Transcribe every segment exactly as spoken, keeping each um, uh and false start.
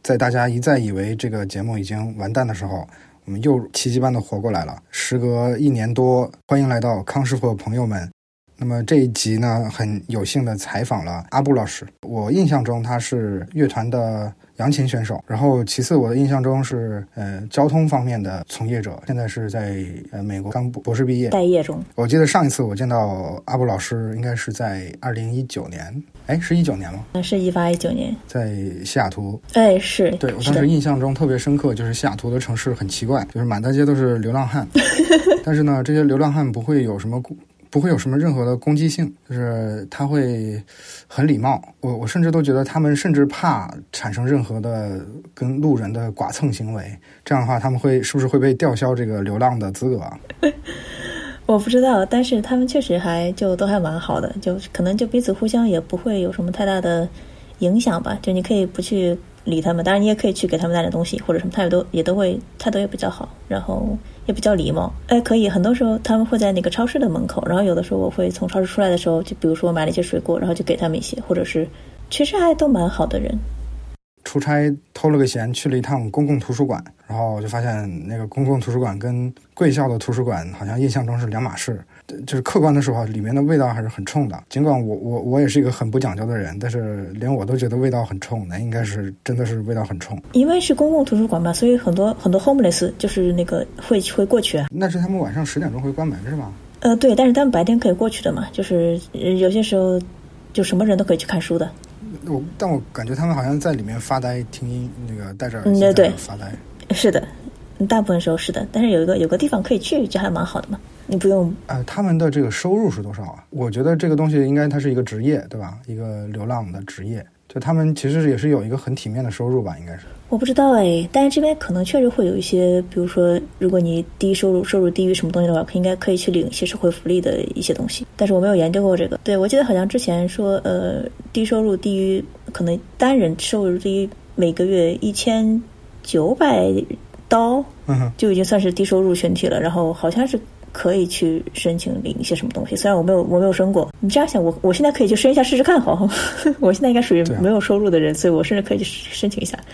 在大家一再以为这个节目已经完蛋的时候，我们又奇迹般的活过来了。时隔一年多，欢迎来到康师傅朋友们。那么这一集呢，很有幸的采访了阿布老师。我印象中他是乐团的扬琴选手，然后其次我的印象中是呃交通方面的从业者，现在是在呃美国刚博士毕业， 待业中。 我记得上一次我见到阿布老师应该是在二零一九年，哎，是一九年吗？ 是一八一九年， 在西雅图。 哎，是。 对，我当时印象中特别深刻，就是西雅图的城市很奇怪，就是满大街都是流浪汉，但是呢，这些流浪汉不会有什么不会有什么任何的攻击性，就是他会很礼貌。我我甚至都觉得他们甚至怕产生任何的跟路人的剐蹭行为，这样的话他们会是不是会被吊销这个流浪的资格啊？ 我不知道，但是他们确实还就都还蛮好的，就可能就彼此互相也不会有什么太大的影响吧。就你可以不去理他们，当然你也可以去给他们带点东西或者什么，他们都也都会态度也比较好，然后也比较礼貌。哎，可以，很多时候他们会在那个超市的门口，然后有的时候我会从超市出来的时候，就比如说我买了一些水果，然后就给他们一些，或者是其实还都蛮好的人。 出差偷了个闲，去了一趟公共图书馆，然后就发现那个公共图书馆跟贵校的图书馆好像印象中是两码事。就是客观的说，里面的味道还是很冲的。尽管我我我也是一个很不讲究的人，但是连我都觉得味道很冲，那应该是真的是味道很冲。 因为是公共图书馆嘛，所以很多很多 homeless 就是那个会会过去啊。 那是他们晚上十点钟会关门是吧？ 呃，对，但是他们白天可以过去的嘛，就是有些时候就什么人都可以去看书的。 我但我感觉他们好像在里面发呆，听音那个戴着耳机在发呆。 是的，大部分时候是的，但是有一个有个地方可以去，这还蛮好的嘛。你不用呃，他们的这个收入是多少啊？我觉得这个东西应该它是一个职业，对吧？一个流浪的职业，就他们其实也是有一个很体面的收入吧，应该是。 我不知道哎，但是这边可能确实会有一些，比如说，如果你低收入收入低于什么东西的话，应该可以去领一些社会福利的一些东西。但是我没有研究过这个。对，我记得好像之前说，呃，低收入低于可能单人收入低于每个月一千九百刀， 嗯，就已经算是低收入群体了。然后好像是可以去申请领一些什么东西，虽然我没有我没有申过。你这样想，我我现在可以去申一下试试看，好好。我现在应该属于没有收入的人，所以我甚至可以去申请一下。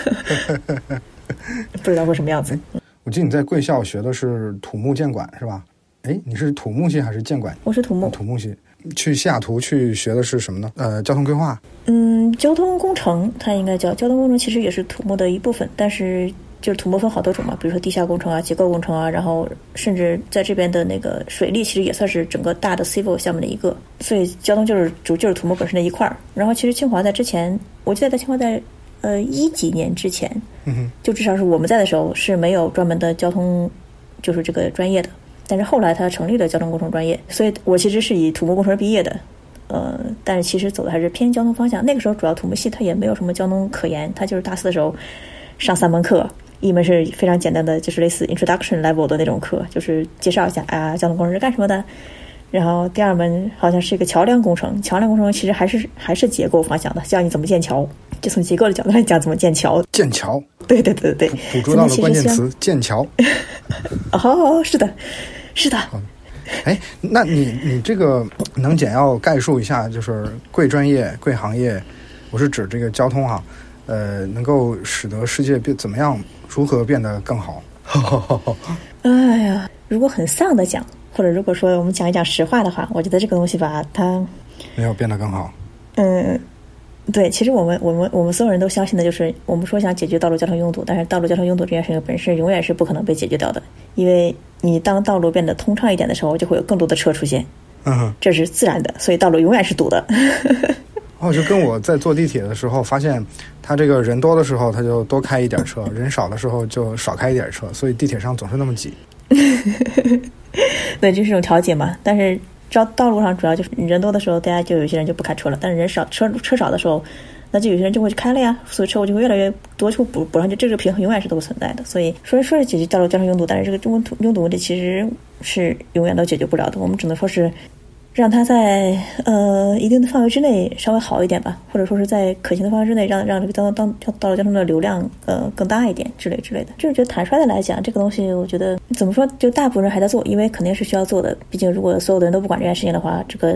不知道会什么样子。 我记得你在贵校学的是土木建管是吧？哎，你是土木系还是建管？ 我是土木。 土木系。去西雅图去学的是什么呢？呃，交通规划。 嗯，交通工程，它应该叫交通工程，其实也是土木的一部分，但是就是土木分好多种嘛，比如说地下工程啊、结构工程啊，然后甚至在这边的那个水利，其实也算是整个大的 civil 项目的一个。所以交通就是主就是土木本身的一块儿。然后其实清华在之前，我记得在清华在呃一几年之前， 嗯哼， 就至少是我们在的时候是没有专门的交通就是这个专业的。但是后来他成立了交通工程专业，所以我其实是以土木工程毕业的，呃，但是其实走的还是偏交通方向。那个时候主要土木系它也没有什么交通可言，它就是大四的时候上三门课，一门是非常简单的，就是类似 introduction level 的那种课，就是介绍一下啊交通工程是干什么的。然后第二门好像是一个桥梁工程，桥梁工程其实还是还是结构方向的，教你怎么建桥，就从结构的角度来讲怎么建桥。 建桥， 对对对对， 捕捉到了关键词，建桥。 哦，是的，是的。 哎，那你你这个能简要概述一下，就是贵专业、贵行业，我是指这个交通哈、啊，呃，能够使得世界变怎么样，如何变得更好？ 哎呀，如果很丧的讲，或者如果说我们讲一讲实话的话，我觉得这个东西吧，它没有变得更好。 嗯，对，其实我们我们我们所有人都相信的就是，我们说想解决道路交通拥堵，但是道路交通拥堵这件事情本身永远是不可能被解决掉的，因为你当道路变得通畅一点的时候，就会有更多的车出现， 嗯， 这是自然的，所以道路永远是堵的。 哦，就跟我在坐地铁的时候发现，他这个人多的时候他就多开一点车，人少的时候就少开一点车，所以地铁上总是那么挤。 对，就是这种调节嘛。但是道道路上主要就是人多的时候，大家就有些人就不开车了；但是人少车车少的时候，那就有些人就会去开了呀，所以车我就会越来越多，就补补上去，这个平衡永远是都会存在的。所以说说是解决道路交通拥堵，但是这个拥堵拥堵问题其实是永远都解决不了的。我们只能说是让它在呃一定的范围之内稍微好一点吧，或者说是在可行的范围之内让让这个交通道路交通的流量呃更大一点之类之类的。就是觉得坦率的来讲，这个东西我觉得怎么说，就大部分人还在做，因为肯定是需要做的。毕竟如果所有的人都不管这件事情的话，这个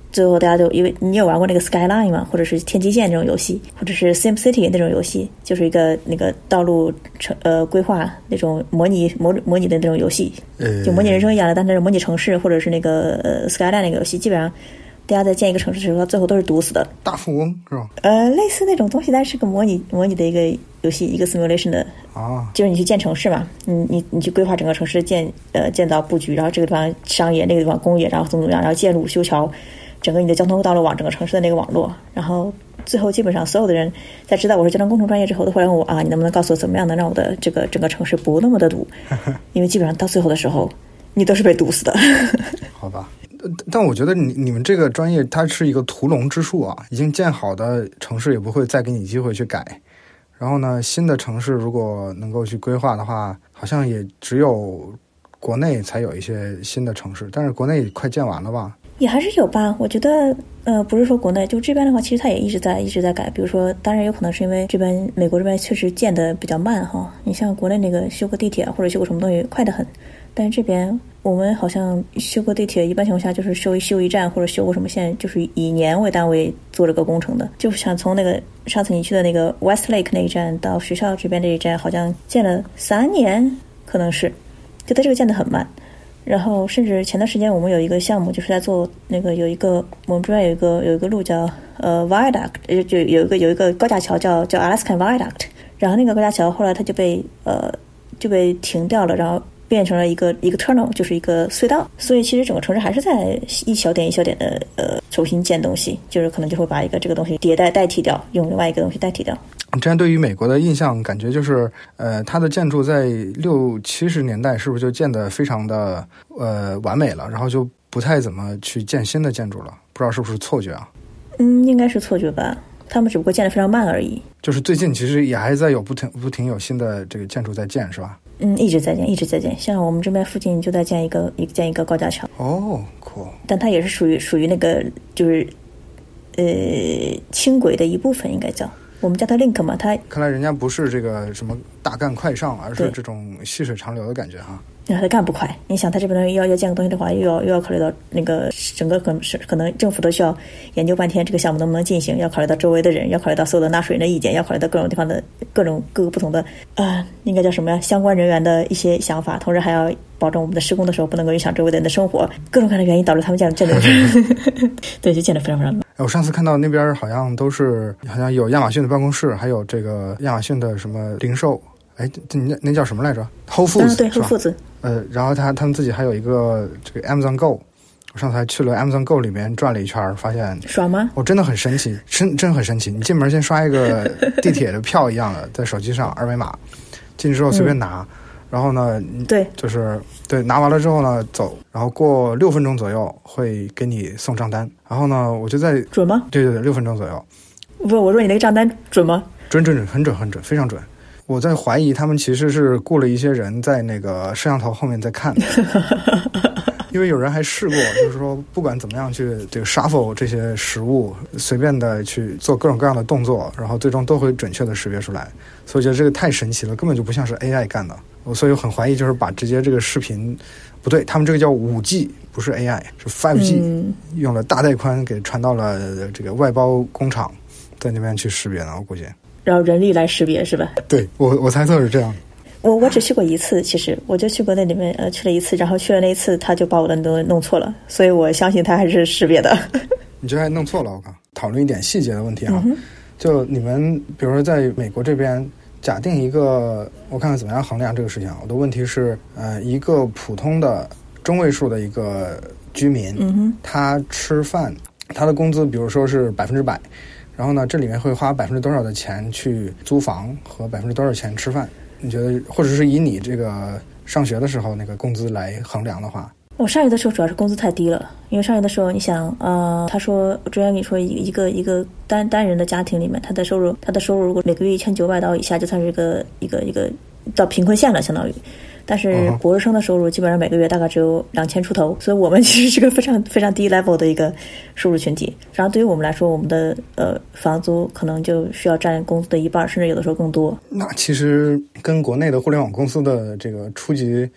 最后大家就因为你有玩过那个 Skyline 吗？或者是天际线这种游戏，或者是 SimCity 那种游戏，就是一个那个道路城呃规划那种模拟模模拟的那种游戏，就模拟人生一样的，但是模拟城市或者是那个呃 Skyline 那个游戏，基本上大家在建一个城市的时候，最后都是堵死的。 大富翁是吧？ 呃，类似那种东西，但是个模拟模拟的一个游戏，一个 simulation 的啊， 就是你去建城市嘛，你你你去规划整个城市建呃建造布局，然后这个地方商业，那个地方工业，然后怎么怎么样，然后建路修桥，整个你的交通道路网整个城市的那个网络，然后最后基本上所有的人在知道我是交通工程专业之后，都会问我啊，你能不能告诉我怎么样能让我的这个整个城市不那么的堵？因为基本上到最后的时候，你都是被堵死的。 好吧。但我觉得你你们这个专业它是一个屠龙之术啊，已经建好的城市也不会再给你机会去改，然后呢，新的城市如果能够去规划的话，好像也只有国内才有一些新的城市，但是国内也快建完了吧？ 也还是有吧，我觉得呃，不是说国内，就这边的话，其实它也一直在一直在改。比如说，当然有可能是因为这边美国这边确实建的比较慢哈。你像国内那个修个地铁或者修个什么东西快得很，但是这边我们好像修个地铁，一般情况下就是修一修一站或者修个什么线，就是以年为单位做这个工程的。就像从那个上次你去的那个 Westlake 那一站到学校这边这一站，好像建了三年，可能是，就它这个建得很慢。然后甚至前段时间我们有一个项目，就是在做那个有一个我们这边有一个有一个路叫呃 Viaduct， 就有一个有一个高架桥叫叫 Alaskan Viaduct， 然后那个高架桥后来它就被呃就被停掉了，然后变成了一个一个 tunnel， 就是一个隧道。所以其实整个城市还是在一小点一小点的呃重新建东西，就是可能就会把一个这个东西迭代代替掉，用另外一个东西代替掉。 这样对于美国的印象感觉就是，呃，它的建筑在六七十年代是不是就建得非常的呃完美了，然后就不太怎么去建新的建筑了？不知道是不是错觉啊？ 嗯，应该是错觉吧。他们只不过建得非常慢而已。就是最近其实也还在有不停不停有新的这个建筑在建，是吧？ 嗯，一直在建，一直在建。像我们这边附近就在建一个一建一个高架桥。 哦，酷！ 但它也是属于属于那个就是呃轻轨的一部分，应该叫。我们叫它 link 嘛，它看来人家不是这个什么大干快上，而是这种细水长流的感觉哈。 它干不快，你想它这边要要建个东西的话，又要又要考虑到那个整个可能是可能政府都需要研究半天这个项目能不能进行，要考虑到周围的人，要考虑到所有的纳税人的意见，要考虑到各种地方的各种各个不同的啊、呃，应该叫什么呀？相关人员的一些想法，同时还要保证我们的施工的时候不能够影响周围的人的生活，各种各样的原因导致他们建建的对，就建得非常非常慢。 我上次看到那边好像都是好像有亚马逊的办公室，还有这个亚马逊的什么零售。哎，那那叫什么来着 ？Whole Foods，、 啊、对 ，Whole Foods。 呃，然后他他们自己还有一个这个 Amazon Go， 我上次还去了 Amazon Go 里面转了一圈，发现爽吗？ 哦，真的很神奇，真真很神奇。你进门先刷一个地铁的票一样的，在手机上二维码，进去之后随便拿，嗯、然后呢， 对， 就是对拿完了之后呢走，然后过六分钟左右会给你送账单，然后呢我就在准吗？ 对对对，六分钟左右。 不是，我说你那个账单准吗？ 准准准，很准很准，非常准。我在怀疑他们其实是雇了一些人在那个摄像头后面在看，因为有人还试过，就是说不管怎么样去这个 shuffle 这些食物，随便的去做各种各样的动作，然后最终都会准确的识别出来。所以我觉得这个太神奇了，根本就不像是 A I 干的。我所以很怀疑，就是把直接这个视频，不对，他们这个叫 五 G， 不是 A I， 是 五 G，、嗯、用了大带宽给传到了这个外包工厂，在那边去识别呢，我估计。 然后人力来识别是吧？ 对，我我猜测是这样。 我我只去过一次，其实我就去过那里面呃去了一次，然后去了那一次他就把我的都弄错了，所以我相信他还是识别的。 你这还弄错了？我靠！讨论一点细节的问题啊，嗯、就你们比如说在美国这边，假定一个，我看看怎么样衡量这个事情。我的问题是，呃，一个普通的中位数的一个居民， 嗯哼， 他吃饭，他的工资比如说是百分之百。然后呢，这里面会花百分之多少的钱去租房和百分之多少钱吃饭？你觉得，或者是以你这个上学的时候那个工资来衡量的话？ 我上学的时候主要是工资太低了，因为上学的时候，你想，呃，他说，我之前跟你说，一个一个单单人的家庭里面，他的收入，他的收入如果每个月一千九百刀以下，就算是一个一个一个到贫困线了，相当于。但是博士生的收入基本上每个月大概只有两千出头，所以我们其实是个非常非常低 level 的一个收入群体。然后对于我们来说，我们的呃房租可能就需要占工资的一半，甚至有的时候更多。 那其实跟国内的互联网公司的这个初级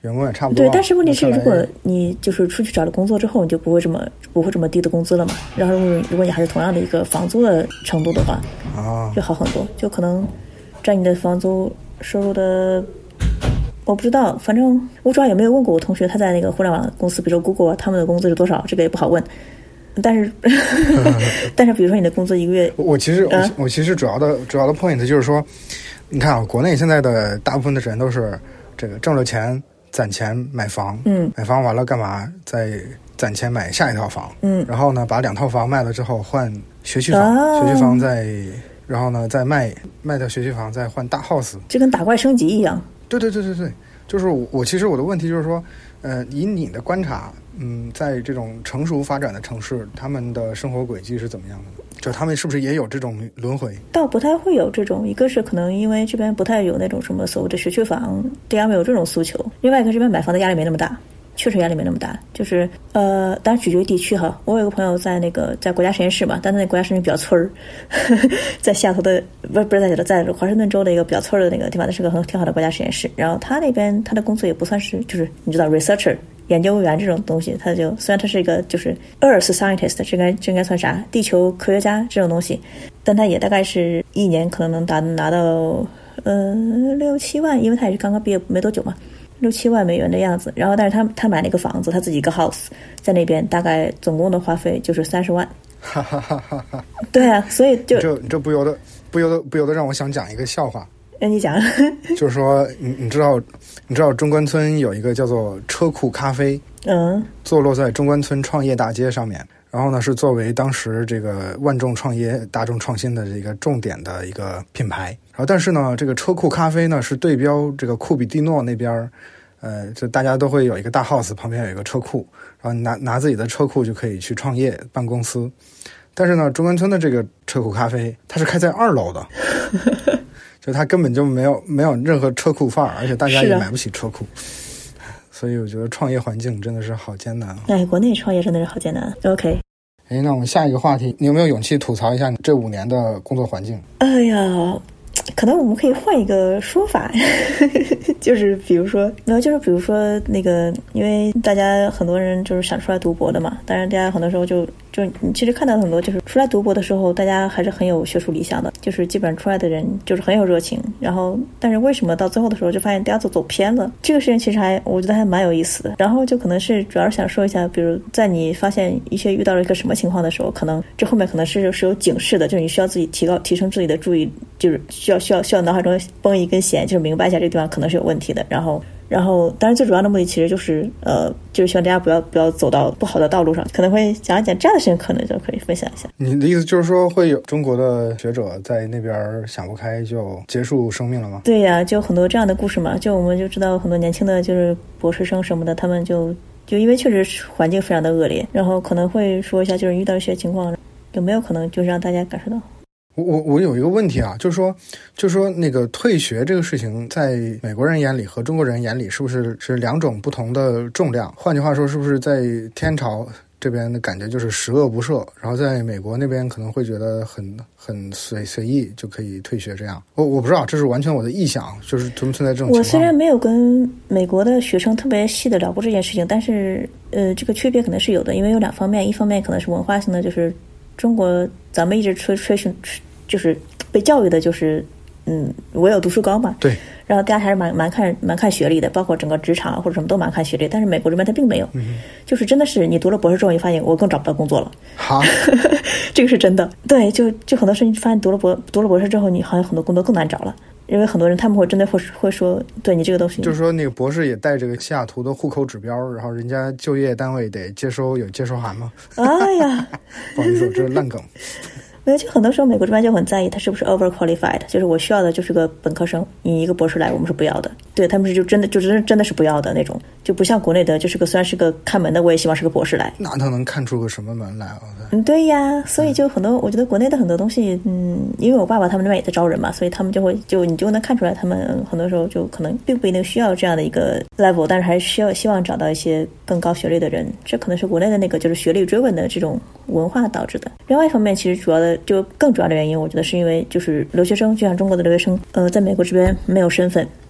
员工也差不多。 对，但是问题是，如果你就是出去找了工作之后，你就不会这么不会这么低的工资了嘛。然后如果如果你还是同样的一个房租的程度的话， 啊， 就好很多，就可能占你的房租收入的。我不知道，反正我主要也没有问过我同学他在那个互联网公司，比如说 Google 他们的工资是多少，这个也不好问。但是但是比如说你的工资一个月， 我其实、啊、我我其实主要的主要的 point 就是说，你看啊，国内现在的大部分的人都是这个挣了钱攒钱买房， 嗯， 买房完了干嘛？再攒钱买下一套房， 嗯， 然后呢把两套房卖了之后换学区房，啊、学区房再然后呢再卖卖掉学区房再换大 house， 就跟打怪升级一样。 对对对对对，就是我我其实我的问题就是说，呃，以你的观察，嗯，在这种成熟发展的城市，他们的生活轨迹是怎么样的呢？就他们是不是也有这种轮回？ 倒不太会有这种，一个是可能因为这边不太有那种什么所谓的学区房，大家没有这种诉求；另外一个这边买房的压力没那么大。确实压力没那么大，就是呃，当然取决于地区哈。我有一个朋友在那个在国家实验室嘛，但他那国家实验室比较村儿，在西雅图的不是不是在在华盛顿州的一个比较村儿的那个地方，那是个很挺好的国家实验室。然后他那边他的工作也不算是就是你知道 researcher 研究员这种东西，他就虽然他是一个就是 Earth Scientist， 这应该这应该算啥地球科学家这种东西，但他也大概是一年可能能达拿到呃六七万，因为他也是刚刚毕业没多久嘛。六七万美元的样子，然后但是他他买了一个房子，他自己一个 house 在那边，大概总共的花费就是三十万。 哈哈哈哈哈！ 对啊，所以就这这不由得不由得不由得让我想讲一个笑话。 哎，你讲。 就是说，你你知道你知道中关村有一个叫做车库咖啡， 嗯， 坐落在中关村创业大街上面。然后呢，是作为当时这个万众创业、大众创新的这个重点的一个品牌。然后，但是呢，这个车库咖啡呢是对标这个库比蒂诺那边，呃，就大家都会有一个大 house， 旁边有一个车库，然后拿拿自己的车库就可以去创业办公司。但是呢，中关村的这个车库咖啡，它是开在二楼的，就它根本就没有没有任何车库范儿，而且大家也买不起车库。所以我觉得创业环境真的是好艰难。 哎，国内创业真的是好艰难。OK。 哎，那我们下一个话题，你有没有勇气吐槽一下你这五年的工作环境？ 哎呀，可能我们可以换一个说法，就是比如说，那就是比如说那个，因为大家很多人就是想出来读博的嘛，当然大家很多时候就就你其实看到很多就是出来读博的时候，大家还是很有学术理想的，就是基本上出来的人就是很有热情，然后但是为什么到最后的时候就发现大家都走偏了？这个事情其实还我觉得还蛮有意思的。然后就可能是主要是想说一下，比如在你发现一些遇到了一个什么情况的时候，可能这后面可能是是有警示的，就是你需要自己提高提升自己的注意，就是需要需要需要脑海中绷一根弦，就是明白一下这个地方可能是有问题的。然后然后当然最主要的目的其实就是呃就是希望大家不要不要走到不好的道路上，可能会讲一讲这样的事情，可能就可以分享一下。 你的意思就是说会有中国的学者在那边想不开就结束生命了吗？ 对呀、啊，就很多这样的故事嘛，就我们就知道很多年轻的就是博士生什么的，他们就就因为确实环境非常的恶劣，然后可能会说一下就是遇到一些情况有没有可能就是让大家感受到。 我我我有一个问题啊，就是说，就是说那个退学这个事情，在美国人眼里和中国人眼里是不是是两种不同的重量？换句话说，是不是在天朝这边的感觉就是十恶不赦，然后在美国那边可能会觉得很很随随意就可以退学这样？我我不知道，这是完全我的臆想，就是存不存在这种情况？ 我虽然没有跟美国的学生特别细的聊过这件事情，但是呃，这个区别可能是有的，因为有两方面，一方面可能是文化性的，就是中国咱们一直吹吹吹。就是被教育的就是嗯唯有读书高嘛， 对，然后大家还是蛮蛮看蛮看学历的，包括整个职场或者什么都蛮看学历，但是美国这边他并没有、嗯、就是真的是你读了博士之后你发现我更找不到工作了， 好这个是真的，对，就就很多事情发现读了博读了博士之后你好像很多工作更难找了，因为很多人他们会真的会会说对你这个东西， 就是说那个博士也带这个西雅图的户口指标，然后人家就业单位得接收有接收函吗？ 哎呀不好意思，我这是烂梗。 没有，就很多时候美国这边就很在意他是不是 overqualified， 就是我需要的就是个本科生，你一个博士来我们是不要的，对，他们是就真的就真的真的是不要的那种，就不像国内的就是个虽然是个看门的我也希望是个博士来， 那他能看出个什么门来啊？ 嗯，对呀，所以就很多、嗯、我觉得国内的很多东西，嗯，因为我爸爸他们那边也在招人嘛，所以他们就会就你就能看出来他们很多时候就可能并不一定需要这样的一个 level， 但是还是需要希望找到一些更高学历的人，这可能是国内的那个就是学历追问的这种文化导致的。另外一方面其实主要的就更主要的原因我觉得是因为就是留学生就像中国的留学生呃，在美国这边没有身份，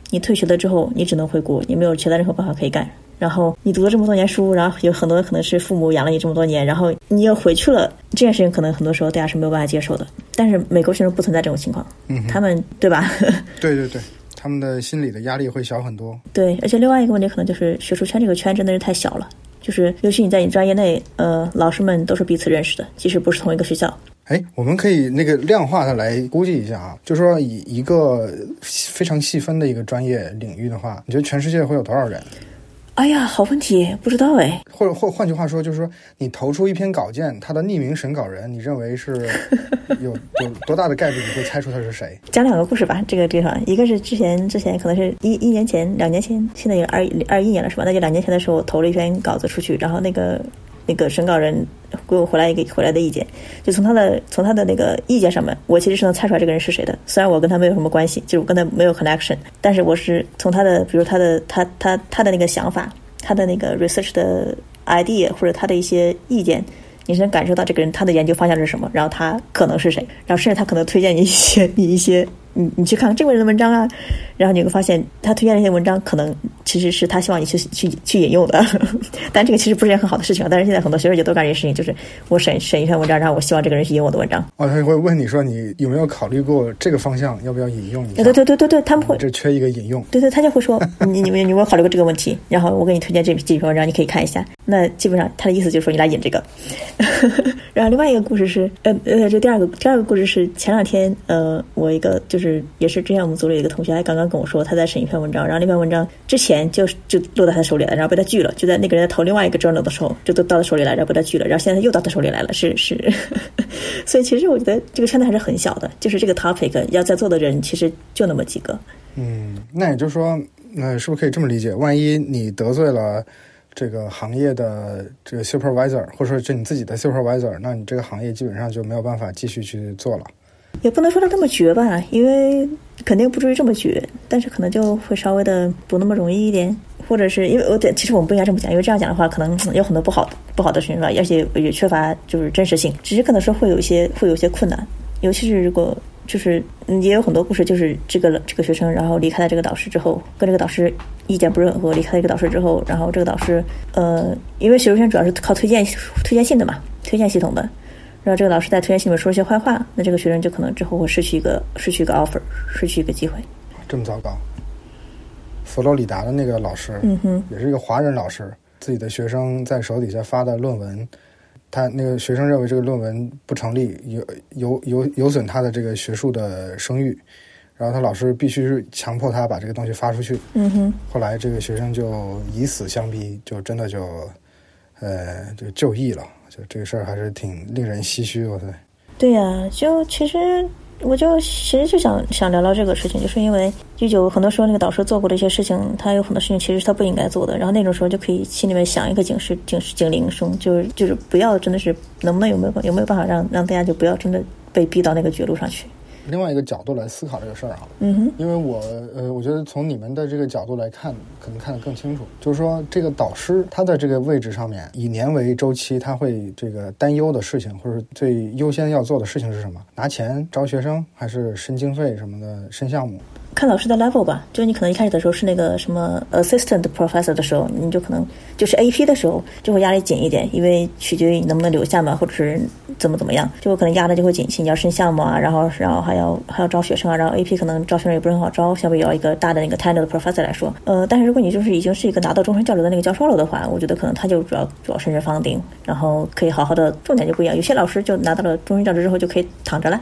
你退学了之后，你只能回国，你没有其他任何办法可以干。然后你读了这么多年书，然后有很多可能是父母养了你这么多年，然后你又回去了，这件事情可能很多时候大家是没有办法接受的。但是美国学生不存在这种情况， 嗯， 他们对吧？ 对对对，他们的心理的压力会小很多。 对，而且另外一个问题可能就是学术圈这个圈真的是太小了，就是尤其你在你专业内，呃，老师们都是彼此认识的，即使不是同一个学校。 哎，我们可以那个量化的来估计一下啊，就是说以一个非常细分的一个专业领域的话，你觉得全世界会有多少人？ 哎呀，好问题，不知道哎。 或者或换句话说，就是说你投出一篇稿件，他的匿名审稿人，你认为是有有多大的概率你会猜出他是谁？ 讲两个故事吧，这个地方，一个是之前之前可能是一一年前、两年前，现在也二二一年了是吧？那就两年前的时候，我投了一篇稿子出去，然后那个那个审稿人给我回来一个回来的意见，就从他的从他的那个意见上面，我其实是能猜出来这个人是谁的。虽然我跟他没有什么关系，就是我跟他没有 connection， 但是我是从他的，比如他的他他他的那个想法，他的那个 research 的 idea 或者他的一些意见，你是能感受到这个人他的研究方向是什么，然后他可能是谁，然后甚至他可能推荐你一些你一些你你去看这个人的文章啊，然后你会发现他推荐的一些文章可能其实是他希望你去去去引用的，但这个其实不是件很好的事情啊。但是现在很多学生也都干这件事情，就是我审审一篇文章，然后我希望这个人去引用我的文章。 哦，他会问你说你有没有考虑过这个方向，要不要引用一下？ 对对对对对，他们会这缺一个引用。 对对，他就会说你你你有没有考虑过这个问题？然后我给你推荐这这篇文章，你可以看一下。那基本上他的意思就是说你来引这个。然后另外一个故事是呃呃，这第二个第二个故事是前两天呃，我一个就是也是之前我们组里一个同学还刚刚跟我说他在审一篇文章，然后那篇文章之前就就落在他手里了，然后被他拒了，就在那个人在投另外一个 journal 的时候就都到他手里来，然后被他拒了，然后现在又到他手里来了，是是。所以其实我觉得这个圈子还是很小的，就是这个 topic 要在做的人其实就那么几个。 嗯，那也就是说，那是不是可以这么理解？万一你得罪了这个行业的这个 supervisor， 或者说是你自己的 supervisor， 那你这个行业基本上就没有办法继续去做了。 也不能说他这么绝吧，因为肯定不至于这么绝，但是可能就会稍微的不那么容易一点，或者是因为我其实我们不应该这么讲，因为这样讲的话可能有很多不好的不好的事情吧，而且也缺乏就是真实性，只是可能说会有一些会有一些困难，尤其是如果就是也有很多故事，就是这个这个学生然后离开了这个导师之后，跟这个导师意见不是很合，离开了一个导师之后，然后这个导师呃，因为学术圈主要是靠推荐推荐信的嘛，推荐系统的。然后这个老师在推荐信里面说一些坏话，那这个学生就可能之后会失去一个失去一个 offer， 失去一个机会。 这么糟糕。佛罗里达的那个老师， 嗯哼， 也是一个华人老师，自己的学生在手底下发的论文，他那个学生认为这个论文不成立，有有有有损他的这个学术的声誉，然后他老师必须强迫他把这个东西发出去。 嗯哼， 后来这个学生就以死相逼，就真的就呃就就义了。就这个事儿还是挺令人唏嘘，我猜。 对呀、啊，就其实我就其实就想想聊聊这个事情，就是因为就有很多时候那个导师做过的一些事情，他有很多事情其实是他不应该做的，然后那种时候就可以心里面想一个警示警示警铃声，就是就是不要真的是能不能有没有有没有办法让让大家就不要真的被逼到那个绝路上去。 另外一个角度来思考这个事儿啊， 嗯哼， 因为我呃，我觉得从你们的这个角度来看，可能看得更清楚。就是说，这个导师他的这个位置上面，以年为周期，他会这个担忧的事情，或者最优先要做的事情是什么？拿钱招学生，还是申经费什么的，申项目？ 看老师的 level 吧，就是你可能一开始的时候是那个什么 assistant professor 的时候，你就可能就是 A P 的时候就会压力紧一点，因为取决于你能不能留下嘛，或者是怎么怎么样，就可能压的就会紧一些。你要申项目啊，然后然后还要还要招学生啊，然后 A P 可能招学生也不是很好招，相比要一个大的那个 tenure 的 professor 来说，呃，但是如果你就是已经是一个拿到终身教职的那个教授了的话，我觉得可能他就主要主要甚至方顶，然后可以好好的，重点就不一样。有些老师就拿到了终身教职之后就可以躺着了。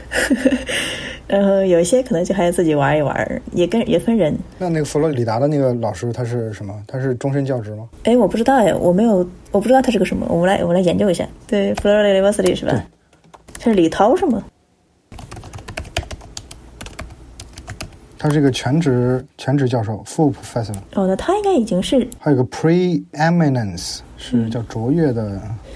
呃，有一些可能就还要自己玩一玩，也跟也分人。 那那个佛罗里达的那个老师他是什么？他是终身教职吗？ 哎，我不知道哎，我没有，我不知道他是个什么。我们来我们来研究一下。对 ，Florida University 是吧？他是李涛是吗？ 他是一个全职全职教授 ，full professor。 哦，那他应该已经是。 还有个 preeminence 是叫卓越的。嗯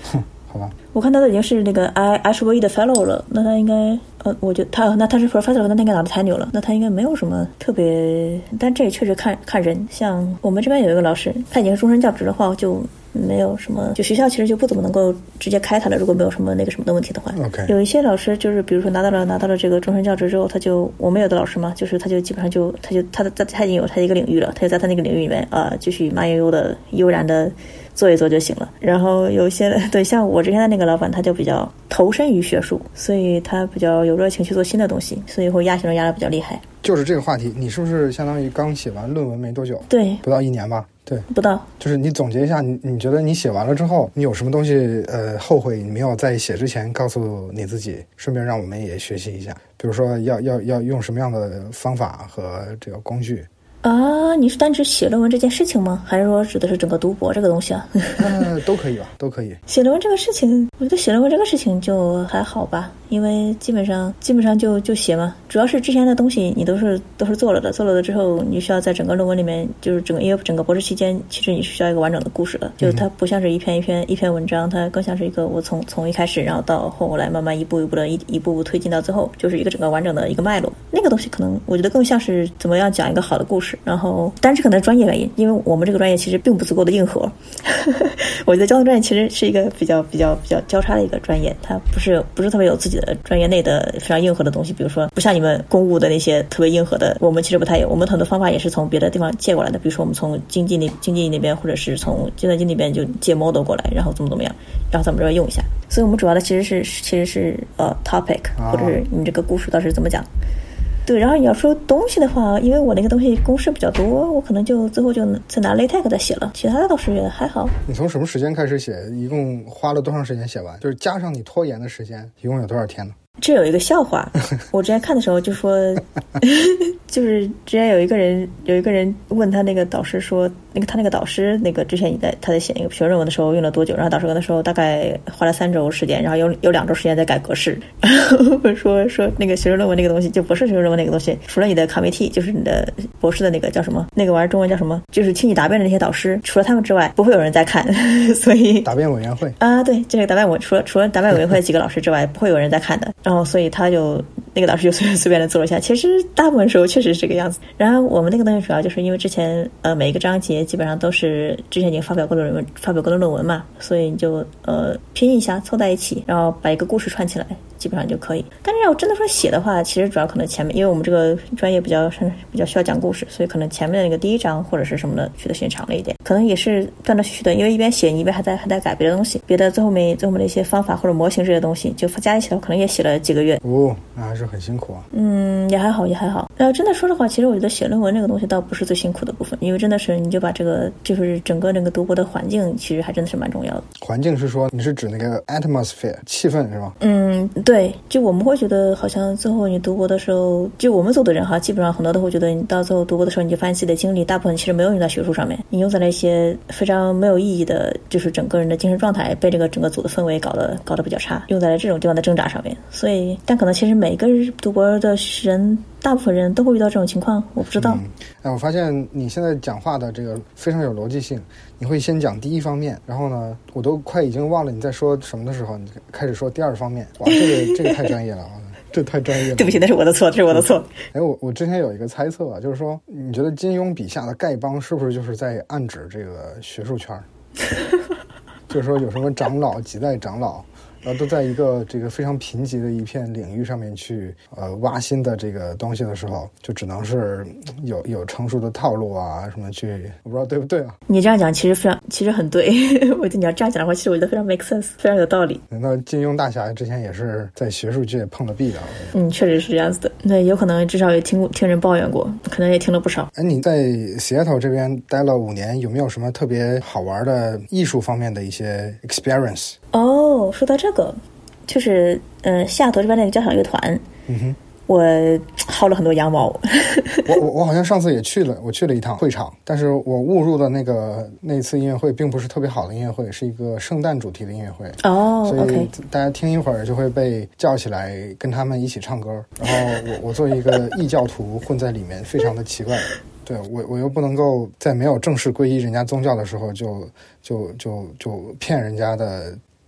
好吧。 我看他的已经是那个 I H V E 的 Fellow 了，那他应该呃，我觉得他那他是 Professor， 那他应该拿的太牛了，那他应该没有什么特别，但这也确实看看人。像我们这边有一个老师，他已经是终身教职的话，就没有什么，就学校其实就不怎么能够直接开他了，如果没有什么那个什么的问题的话。 OK， 有一些老师就是比如说拿到了拿到了这个终身教职之后，他就我们有的老师嘛，就是他就基本上就他就他的他他已经有他的一个领域了，他就在他那个领域里面啊、呃，继续慢悠悠的悠然的做一做就行了。然后有一些对像我之前的那个老板，他就比较投身于学术，所以他比较有热情去做新的东西，所以会压学生压得比较厉害。 就是这个话题，你是不是相当于刚写完论文没多久？ 对， 不到一年吧。对， 不到。 就是你总结一下，你你觉得你写完了之后，你有什么东西呃后悔你没有在写之前告诉你自己，顺便让我们也学习一下，比如说要要要用什么样的方法和这个工具。 啊，你是单指写论文这件事情吗？还是说指的是整个读博这个东西啊？ 呃，都可以吧，都可以。 写论文这个事情，我觉得写论文这个事情就还好吧，因为基本上基本上就就写嘛，主要是之前的东西你都是都是做了的，做了的之后，你需要在整个论文里面，就是整个因为整个博士期间，其实你是需要一个完整的故事的，就是它不像是一篇一篇一篇文章，它更像是一个我从从一开始，然后到后来慢慢一步一步的一一步步推进到最后，就是一个整个完整的一个脉络。那个东西可能我觉得更像是怎么样讲一个好的故事。然后但是可能专业原因，因为我们这个专业其实并不足够的硬核我觉得交通专业其实是一个比较比较比较交叉的一个专业，它不是不是特别有自己的专业内的非常硬核的东西，比如说不像你们公务的那些特别硬核的，我们其实不太有，我们很多方法也是从别的地方借过来的，比如说我们从经济那经济那边或者是从计算机那边就借 model 过来，然后怎么怎么样，然后咱们这边用一下，所以我们主要的其实是其实是呃 topic 或者是你这个故事到底是怎么讲。对，然后你要说东西的话，因为我那个东西公式比较多，我可能就最后就再拿 LaTeX 再写了，其他的倒是还好。 你从什么时间开始写？一共花了多长时间写完？就是加上你拖延的时间，一共有多少天呢？ 这有一个笑话，我之前看的时候就说就是之前有一个人有一个人问他那个导师说，那个他那个导师那个之前你在他在写那个学论文的时候用了多久，然后导师跟他说大概花了三周时间，然后有有两周时间在改格式，然后说说那个学术论文那个东西就不是学术论文那个东西，除了你的 committee 就是你的博士的那个叫什么那个玩意儿中文叫什么，就是替你答辩的那些导师，除了他们之外不会有人在看所以答辩委员会啊，对，这个答辩委除了除了答辩委员会几个老师之外不会有人在看的，然后所以他就那个导师就随便随便的做了一下，其实大部分时候确实是这个样子。然后我们那个东西主要就是因为之前呃每一个章节基本上都是之前已经发表过的论文发表过的论文嘛，所以你就呃拼一下凑在一起，然后把一个故事串起来基本上就可以。但是要真的说写的话，其实主要可能前面，因为我们这个专业比较比较需要讲故事，所以可能前面的那个第一章或者是什么的取的时间长了一点，可能也是断断续续的，因为一边写你一边还在还在改别的东西，别的最后面最后面的一些方法或者模型这些东西就加一起来可能也写了几个月。 哦，那还是很辛苦啊。 嗯，也还好也还好。呃，真的说实话，其实我觉得写论文这个东西倒不是最辛苦的部分，因为真的是你就把这个就是整个那个读博的环境其实还真的是蛮重要的。 环境是说你是指那个 atmosphere 气氛是吧？ 嗯，对，就我们会觉得好像最后你读博的时候，就我们组的人哈，基本上很多都会觉得你到最后读博的时候，你就发现自己的精力大部分其实没有用在学术上面，你用在了一些非常没有意义的，就是整个人的精神状态被这个整个组的氛围搞得搞得比较差，用在了这种地方的挣扎上面。所以，但可能其实每个读博的人，大部分人都会遇到这种情况，我不知道。 嗯，哎，我发现你现在讲话的这个非常有逻辑性，你会先讲第一方面，然后呢，我都快已经忘了你在说什么的时候，你开始说第二方面。哇，这个这个太专业了啊！这太专业了。 对不起，那是我的错，这是我的错。 哎，我我之前有一个猜测啊，就是说，你觉得金庸笔下的丐帮是不是就是在暗指这个学术圈？就是说有什么长老几代长老，然后都在一个这个非常贫瘠的一片领域上面去呃挖新的这个东西的时候，就只能是有有成熟的套路啊什么去，我不知道对不对啊？ 你这样讲其实非常其实很对，我觉得你要这样讲的话，其实我觉得非常 make sense， 非常有道理。 那金庸大侠之前也是在学术界碰了壁的。 嗯，确实是这样子的。那有可能至少也听听人抱怨过，可能也听了不少。 哎，你在 Seattle 这边待了五年，有没有什么特别好玩的艺术方面的一些 experience？ 哦，说到这个，就是呃，西雅图这边那个交响乐团， 嗯哼， 我薅了很多羊毛。 我我我好像上次也去了，我去了一趟会场，但是我误入的那个那次音乐会并不是特别好的音乐会，是一个圣诞主题的音乐会。 哦， 所以 OK， 大家听一会儿就会被叫起来跟他们一起唱歌，然后我我作为一个异教徒混在里面，非常的奇怪。对，我我又不能够在没有正式皈依人家宗教的时候就就就就骗人家的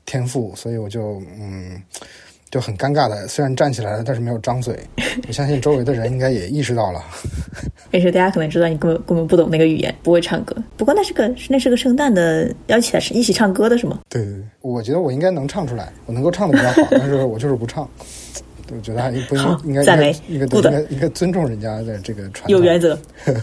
天赋，所以我就嗯就很尴尬的，虽然站起来了，但是没有张嘴。我相信周围的人应该也意识到了。 没事，大家可能知道你根本根本不懂那个语言，不会唱歌。不过那是个那是个圣诞的，要一起来一起唱歌的是吗？ 对对对，我觉得我应该能唱出来，我能够唱的比较好，但是我就是不唱。我觉得还不应该应该赞美， 应该应该应该尊重人家的这个传统， 有原则。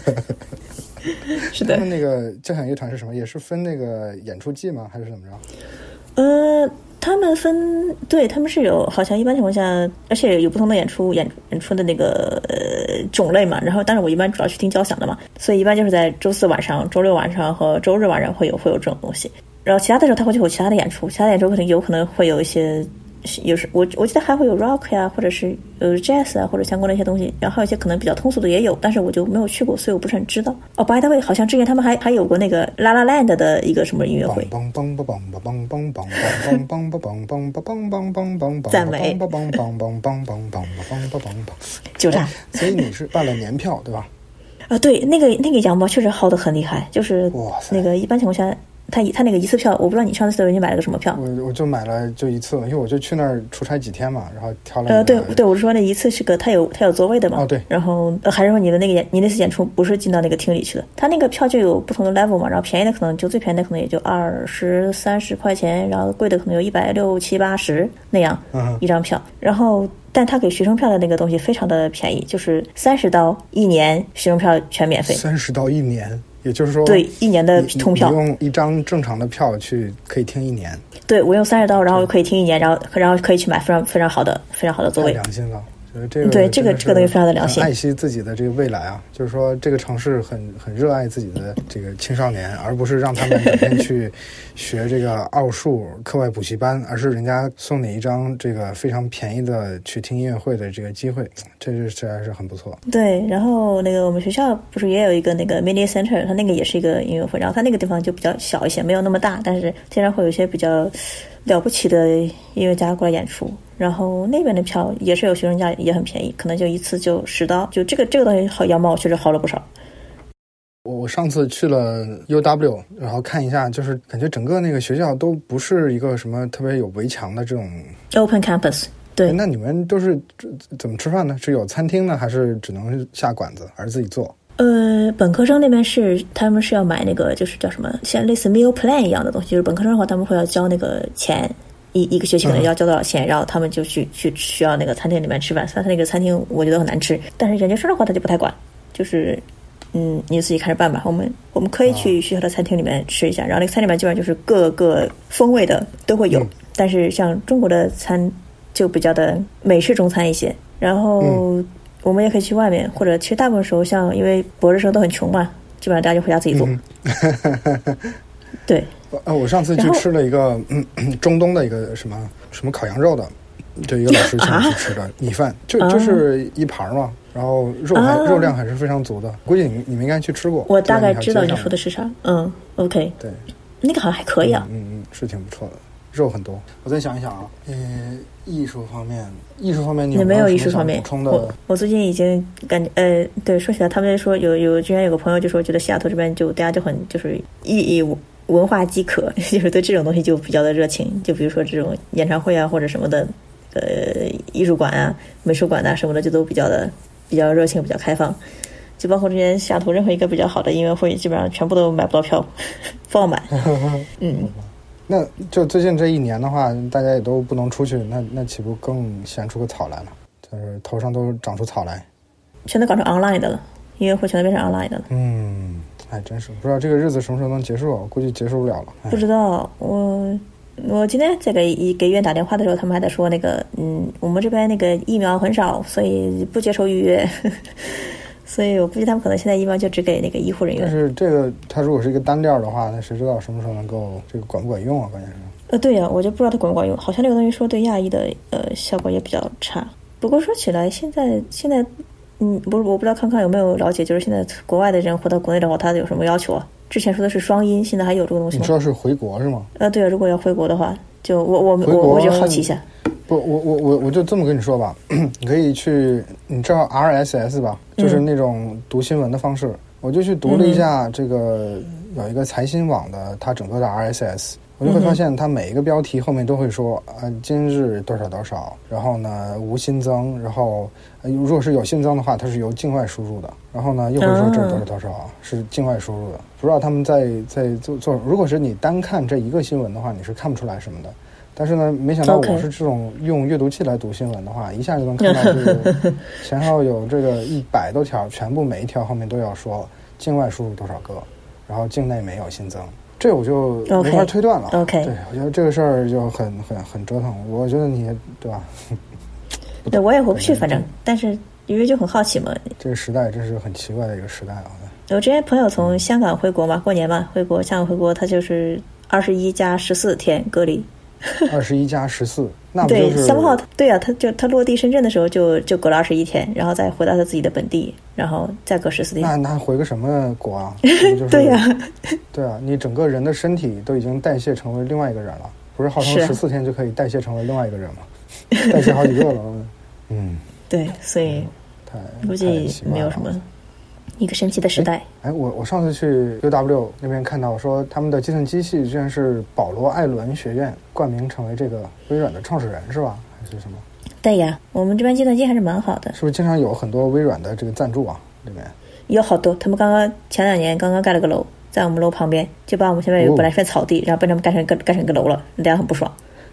是的。 他们那个交响乐团是什么？也是分那个演出季吗？还是怎么着？ 呃，他们分，对，他们是有，好像一般情况下，而且有不同的演出演演出的那个呃种类嘛。然后，但是我一般主要去听交响的嘛，所以一般就是在周四晚上、周六晚上和周日晚上会有会有这种东西。然后其他的时候他会有其他的演出，其他的演出可能有可能会有一些。有时我我记得还会有 rock 呀，或者是呃 jazz 啊，或者相关的一些东西，然后还有一些可能比较通俗的也有，但是我就没有去过，所以我不是很知道。哦 ，by the way， 好像之前他们还还有过那个 La La Land 的一个什么音乐会。赞美。就这样。 所以你是办了年票对吧？ 啊，对，那个那个羊毛确实薅得很厉害，就是那个一般情况下。他他那个一次票，我不知道你上次你买了个什么票？ 我我就买了就一次，因为我就去那儿出差几天嘛，然后挑了。 呃，对对，我是说那一次是个他有他有座位的嘛。 哦，对。 然后、呃、还是说你的那个演你那次演出不是进到那个厅里去的？他那个票就有不同的 level 嘛，然后便宜的可能就最便宜的可能也就二十三十块钱，然后贵的可能有一百六七八十那样一张票。嗯、然后，但他给学生票的那个东西非常的便宜，就是三十刀一年，学生票全免费。 三十刀一年。也就是说， 对一年的通票， 你用一张正常的票去可以听一年。 对，我用三十刀，然后可以听一年，然后然后可以去买非常非常好的非常好的座位。 太良心了，觉得这个对这个这个东西非常的良心， 爱惜自己的这个未来啊，就是说这个城市很很热爱自己的这个青少年，而不是让他们整天去学这个奥数课外补习班，而是人家送你一张这个非常便宜的去听音乐会的这个机会，这是实在是很不错。 对，然后那个我们学校不是也有一个那个 mini center， 它那个也是一个音乐会，然后它那个地方就比较小一些，没有那么大，但是经常会有一些比较了不起的音乐家过来演出。然后那边的票也是有学生价，也很便宜，可能就一次就十刀，就这个这个东西好羊毛确实好了不少。 我我上次去了 U W， 然后看一下，就是感觉整个那个学校都不是一个什么特别有围墙的这种 open campus。对， 那你们都是怎么吃饭呢？是有餐厅呢，还是只能下馆子，还是自己做？ 呃，本科生那边是他们是要买那个就是叫什么，像类似 meal plan 一样的东西，就是本科生的话他们会要交那个钱。一一个学期可能要交多少钱、嗯、然后他们就去去需要那个餐厅里面吃饭，虽然他那个餐厅我觉得很难吃，但是研究生的话他就不太管，就是嗯你自己看着办吧。我们我们可以去学校的餐厅里面吃一下、哦、然后那个餐里面基本上就是各个风味的都会有、嗯、但是像中国的餐就比较的美式中餐一些，然后、嗯、我们也可以去外面，或者其实大部分时候像因为博士生都很穷嘛，基本上大家就回家自己做、嗯、对。 呃，我上次去吃了一个嗯中东的一个什么什么烤羊肉的，就一个老师请我去吃的、啊、米饭，就就是一盘嘛，然后肉还、啊、肉量还是非常足的，估计你你们应该去吃过。 我大概知道你说的是啥，嗯 ，OK， 对， 那个好像还可以啊， 嗯嗯，是挺不错的，肉很多。我再想一想啊，呃，艺术方面，艺术方面你有没有艺术方面补充的？ 我我最近已经感觉，呃，对，说起来，他们说有有之前有个朋友就说，觉得西雅图这边就大家就很就是意义。文化饥渴，就是对这种东西就比较的热情，就比如说这种演唱会啊或者什么的，呃，艺术馆啊、美术馆啊什么的，就都比较的比较热情、比较开放。就包括之前西雅图任何一个比较好的音乐会，基本上全部都买不到票，爆满。嗯， 那就最近这一年的话，大家也都不能出去，那那岂不更显出个草来了？就是头上都长出草来， 全都搞成 online 的了，音乐会全都变成 online 的了。 嗯。哎，真是不知道这个日子什么时候能结束，我估计结束不了了。 不知道，我我今天在给给医院打电话的时候，他们还在说那个，嗯，我们这边那个疫苗很少，所以不接受预约，所以我估计他们可能现在疫苗就只给那个医护人员。 但是这个，它如果是一个单调的话，那谁知道什么时候能够这个管不管用啊？关键是。 呃，对呀、啊，我就不知道它管不管用，好像那个东西说对亚裔的呃效果也比较差。不过说起来，现在现在。嗯，不是，我不知道康康有没有了解，就是现在国外的人回到国内的话，他有什么要求啊？之前说的是双音，现在还有这个东西吗？ 你说是回国是吗？ 呃，对啊，如果要回国的话，就我我我我就好奇一下。 不，我我我我就这么跟你说吧，你可以去，你知道 R S S 吧？就是那种读新闻的方式。嗯、我就去读了一下这个、嗯、有一个财新网的，它整个的 R S S。 我就会发现它每一个标题后面都会说啊、呃，今日多少多少，然后呢无新增，然后、呃、如果是有新增的话，它是由境外输入的，然后呢又会说这是多少多少、啊、是境外输入的。不知道他们在在做做，如果是你单看这一个新闻的话，你是看不出来什么的。但是呢，没想到我是这种用阅读器来读新闻的话， okay. 一下就能看到这个前后有这个一百多条，全部每一条后面都要说境外输入多少个，然后境内没有新增，这我就没法推断了。 OK， 对，我觉得这个事儿就很很很折腾。我觉得你对吧？ 对，我也回不去，反正，但是因为就很好奇嘛。 这个时代真是很奇怪的一个时代啊！ 我之前朋友从香港回国嘛，过年嘛，回国香港回国，他就是二十一加十四天隔离。 二十一加十四，那不就是对三号？对啊，他就他落地深圳的时候就就隔了二十一天，然后再回到他自己的本地，然后再隔十四天。 那那回个什么国啊？就是、 对呀、啊， 对啊，你整个人的身体都已经代谢成为另外一个人了，不是号称十四天就可以代谢成为另外一个人吗？代谢好几个了，嗯， 对，所以估计没有什么。一个神奇的时代。 哎，我我上次去 U W 那边看到说，他们的计算机系居然是保罗·艾伦学院冠名成为这个微软的创始人，是吧？还是什么？ 对呀，我们这边计算机还是蛮好的。 是不是经常有很多微软的这个赞助啊？里面有好多，他们刚刚前两年刚刚盖了个楼，在我们楼旁边，就把我们前面有本来是片草地，哦、然后被他们盖成盖成个楼了，大家很不爽。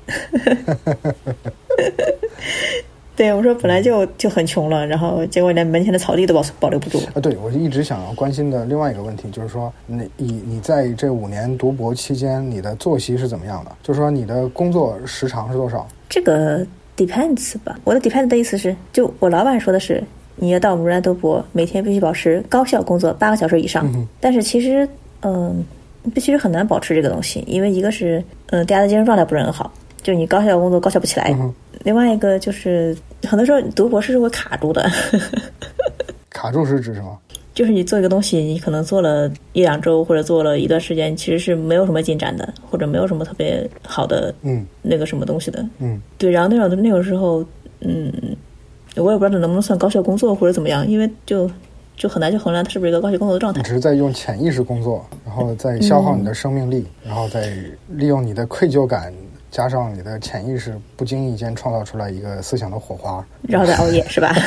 对，我说本来就就很穷了，然后结果连门前的草地都保保留不住啊！对，我一直想要关心的另外一个问题就是说，你你你在这五年读博期间，你的作息是怎么样的？就是说你的工作时长是多少？ 这个 depends 吧。我的 depends 的意思是，就我老板说的是，你要到我们来读博，每天必须保持高效工作八个小时以上。嗯、但是其实，嗯、呃，其实很难保持这个东西，因为一个是，嗯、呃，大家的精神状态不是很好。就你高效工作高效不起来、嗯、另外一个就是很多时候你读博士是会卡住的。 卡住是指什么？ 就是你做一个东西，你可能做了一两周或者做了一段时间，其实是没有什么进展的，或者没有什么特别好的嗯那个什么东西的嗯对，然后那种那种时候嗯我也不知道能不能算高效工作或者怎么样，因为就就很难去衡量它是不是一个高效工作的状态。 你只是在用潜意识工作，然后再消耗你的生命力、嗯、然后再利用你的愧疚感加上你的潜意识，不经意间创造出来一个思想的火花， 然后再熬夜是吧？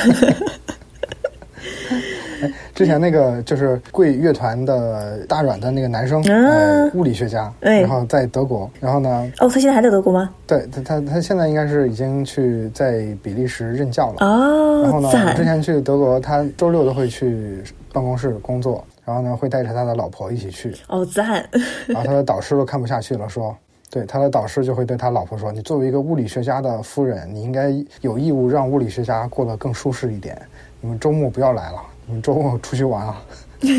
哎，之前那个就是贵乐团的大软的那个男生，嗯、呃，物理学家， 哎， 然后在德国，然后呢？ 哦，他现在还在德国吗？ 对，他他他现在应该是已经去在比利时任教了。 哦， 然后呢，之前去德国，他周六都会去办公室工作，然后呢会带着他的老婆一起去。 哦，赞！ 然后他的导师都看不下去了，说。对，他的导师就会对他老婆说，你作为一个物理学家的夫人，你应该有义务让物理学家过得更舒适一点，你们周末不要来了，你们周末出去玩啊。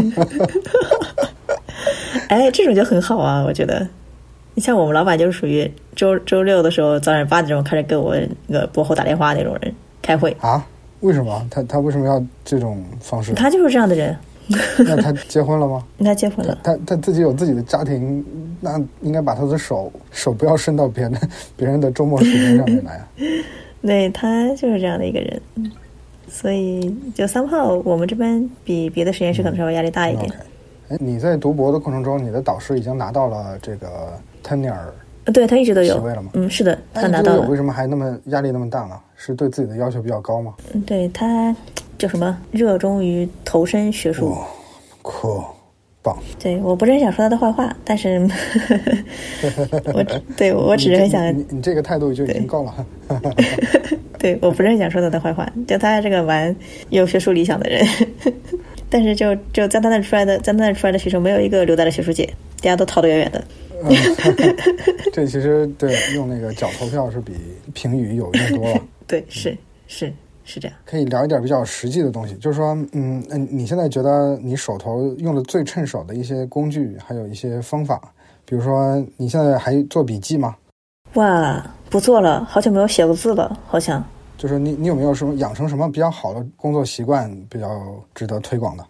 哎，这种就很好啊，我觉得你像我们老板就是属于周周六的时候早上八点钟开始给我那个博后打电话那种人开会啊？为什么他他为什么要这种方式？ 他就是这样的人。 那他结婚了吗？ 他结婚了。 他他自己有自己的家庭，那应该把他的手手不要伸到别人别人的周末时间上面来啊。 对，他就是这样的一个人，所以就三号我们这边比别的实验室可能稍微压力大一点。 哎、嗯 okay ，你在读博的过程中，你的导师已经拿到了这个 tenure。 对，他一直都有席位了吗？ 嗯，是的，他拿到了。 为什么还那么压力那么大呢？是对自己的要求比较高吗？ 嗯，对，他叫什么？热衷于投身学术。 哦，酷，棒。 对，我不是很想说他的坏话，但是我对我只是很想你 你, 你这个态度就已经够了。 对，我不是很想说他的坏话，就他这个蛮有学术理想的人。但是就就在他那出来的，在他那出来的学生没有一个留在了学术界，大家都逃得远远的。 嗯、这其实对用那个脚投票是比评语有用多了。 对，是是是这样。 可以聊一点比较实际的东西，就是说，嗯，你现在觉得你手头用的最趁手的一些工具，还有一些方法，比如说你现在还做笔记吗？ 哇，不做了，好久没有写过字了，好像。 就是你你有没有什么养成什么比较好的工作习惯，比较值得推广的？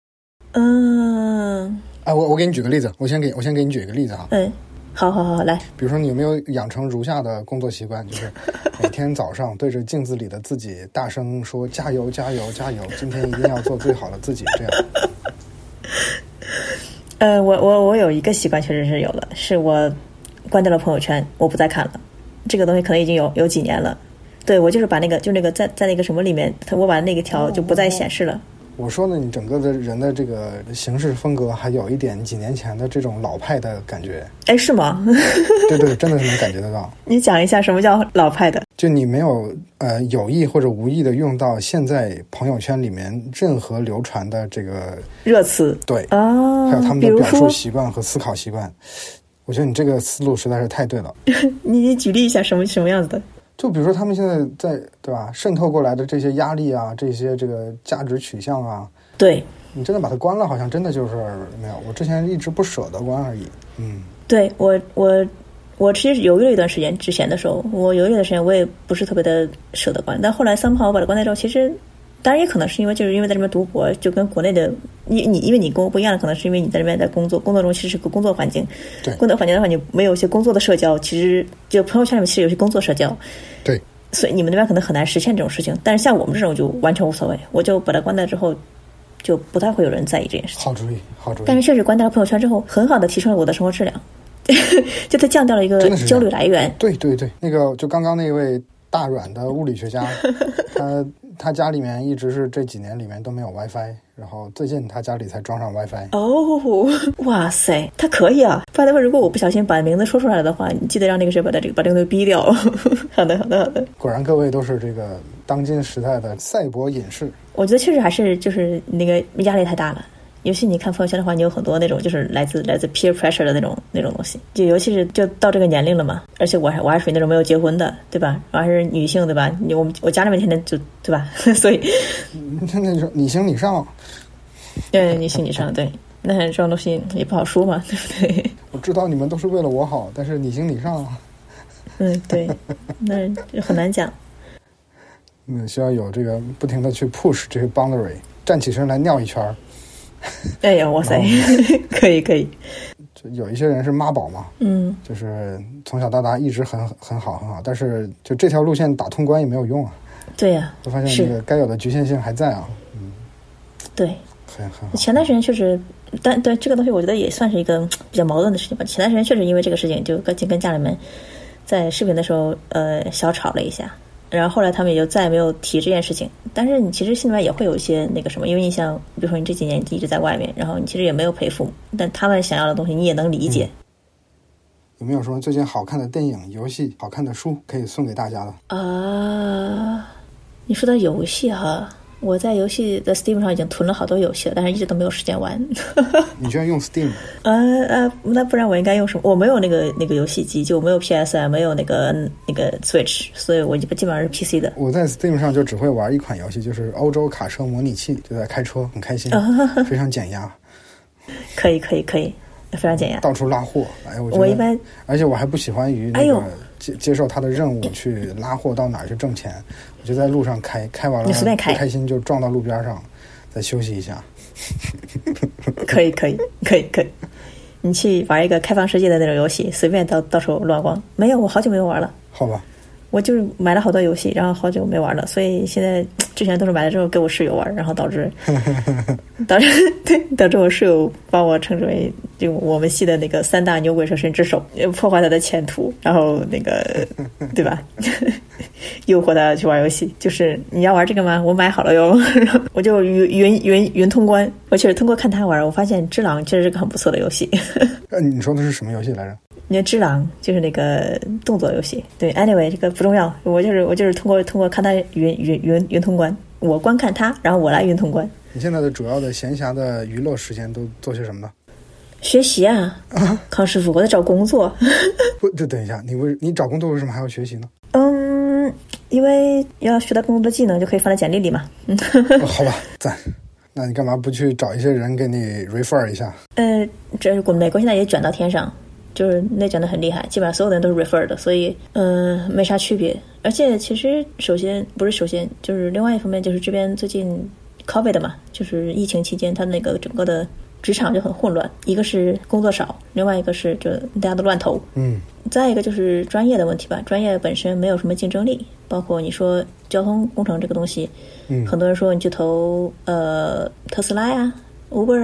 嗯。 哎，我我给你举个例子，我先给我先给你举一个例子哈。 嗯，好好好，来。 比如说，你有没有养成如下的工作习惯，就是每天早上对着镜子里的自己大声说：“加油，加油，加油！今天一定要做最好的自己。”这样。 呃，我我我有一个习惯确实是有的，是我关掉了朋友圈，我不再看了。这个东西可能已经有有几年了。对，我就是把那个就那个在在那个什么里面，我把那个条就不再显示了。 我说呢，你整个的人的这个行事风格还有一点几年前的这种老派的感觉。 哎，是吗？ 对对，真的是能感觉得到。 你讲一下什么叫老派的？ 就你没有呃有意或者无意的用到现在朋友圈里面任何流传的这个热词， 对啊， 还有他们的表述习惯和思考习惯。我觉得你这个思路实在是太对了。 你举例一下什么什么样子的？ 就比如说他们现在在对吧渗透过来的这些压力啊，这些这个价值取向啊， 对， 你真的把它关了，好像真的就是没有。我之前一直不舍得关而已。嗯， 对我我我其实犹豫了一段时间，之前的时候我犹豫的时间我也不是特别的舍得关，但后来三炮我把它关掉之后，其实当然也可能是因为就是因为在这边读博，就跟国内的你你因为你跟我不一样，可能是因为你在这边在工作，工作中其实是个工作环境， 对， 工作环境的话你没有一些工作的社交，其实就朋友圈里面其实有些工作社交， 对， 所以你们那边可能很难实现这种事情，但是像我们这种就完全无所谓，我就把它关掉之后，就不太会有人在意这件事情。 好主意，好主意。 但是确实关掉了朋友圈之后，很好的提升了我的生活质量，就它降掉了一个焦虑来源。 对对对，那个就刚刚那位大阮的物理学家，他他家里面一直是这几年里面都没有 WiFi， 然后最近他家里才装上 WiFi。 哦，哇塞，他可以啊！拜托，如果我不小心把名字说出来了的话，你记得让那个谁把他这个把这个东西逼掉。好的，好的，好的。 果然各位都是这个当今时代的赛博隐士。 我觉得确实还是就是那个压力太大了。尤其你看朋友圈的话，你有很多那种就是来自来自 peer pressure 的那种那种东西，就尤其是就到这个年龄了嘛，而且我还我还属于那种没有结婚的，对吧？我还是女性，对吧？你我们我家里面天天就对吧？所以那说你行你上， 对，你行你上，对，那这种东西也不好说嘛，对不对？ 我知道你们都是为了我好，但是你行你上。 嗯，对，那很难讲。 嗯，需要有这个不停的去 push 这个 boundary， 站起身来尿一圈。 哎呀，哇塞，可以可以。 就有一些人是妈宝嘛， 嗯， 就是从小到大一直很很好很好，但是就这条路线打通关也没有用啊。 对呀、啊， 我发现这个该有的局限性还在啊。嗯， 对， 很很好。 前段时间确实，但对这个东西，我觉得也算是一个比较矛盾的事情吧。前段时间确实因为这个事情，就跟跟家里面在视频的时候，呃，小吵了一下。然后后来他们也就再也没有提这件事情，但是你其实心里面也会有一些那个什么，因为你像比如说你这几年一直在外面，然后你其实也没有陪父母，但他们想要的东西你也能理解。 嗯、有没有说最近好看的电影、游戏、好看的书可以送给大家的啊？你说的游戏哈，我在游戏的 Steam 上已经囤了好多游戏了，但是一直都没有时间玩。 你居然用 Steam？ 呃呃，那不然我应该用什么？我没有那个那个游戏机，就我没有 P S， 没有那个那个 Switch， 所以我基本上是 P C 的。 我在 Steam 上就只会玩一款游戏，就是欧洲卡车模拟器，就在开车，很开心，非常减压。 可以可以可以，非常减压。 到处拉货，哎，我觉得我一般， 而且我还不喜欢于那个接、哎、接受他的任务去拉货到哪儿去挣钱，我就在路上开，开完了你随便开， 不开心就撞到路边上，再休息一下。 可以可以可以可以，你去玩一个开放世界的那种游戏，随便到到处乱逛。没有，我好久没有玩了。 好吧。 我就是买了好多游戏，然后好久没玩了，所以现在之前都是买了之后给我室友玩，然后导致导致对导致我室友把我称之为就我们系的那个三大牛鬼蛇神之首，破坏他的前途，然后那个对吧？诱惑他去玩游戏，就是你要玩这个吗？我买好了哟，然后我就云云云云通关。我确实通过看他玩，我发现《只狼》确实是个很不错的游戏。 呃，你说的是什么游戏来着？ 你的《只狼》就是那个动作游戏。对 ，anyway 这个不重要，我就是我就是通过通过看他云云云云通关，我观看他，然后我来云通关。 你现在的主要的闲暇的娱乐时间都做些什么呢？ 学习啊，啊康师傅，我在找工作。 不，就等一下，你为你找工作为什么还要学习呢？ 嗯，因为要学到更多的技能，就可以放在简历里嘛。 哦、好吧，赞。那你干嘛不去找一些人给你 refer 一下？ 呃，这是美国现在也卷到天上，就是内卷的很厉害，基本上所有的人都是 refer 的，所以嗯、呃，没啥区别。而且其实首先不是首先，就是另外一方面就是这边最近 COVID 嘛，就是疫情期间，它那个整个的职场就很混乱，一个是工作少，另外一个是就大家都乱投， 嗯， 再一个就是专业的问题吧，专业本身没有什么竞争力，包括你说交通工程这个东西， 嗯， 很多人说你去投呃特斯拉呀、Uber 啊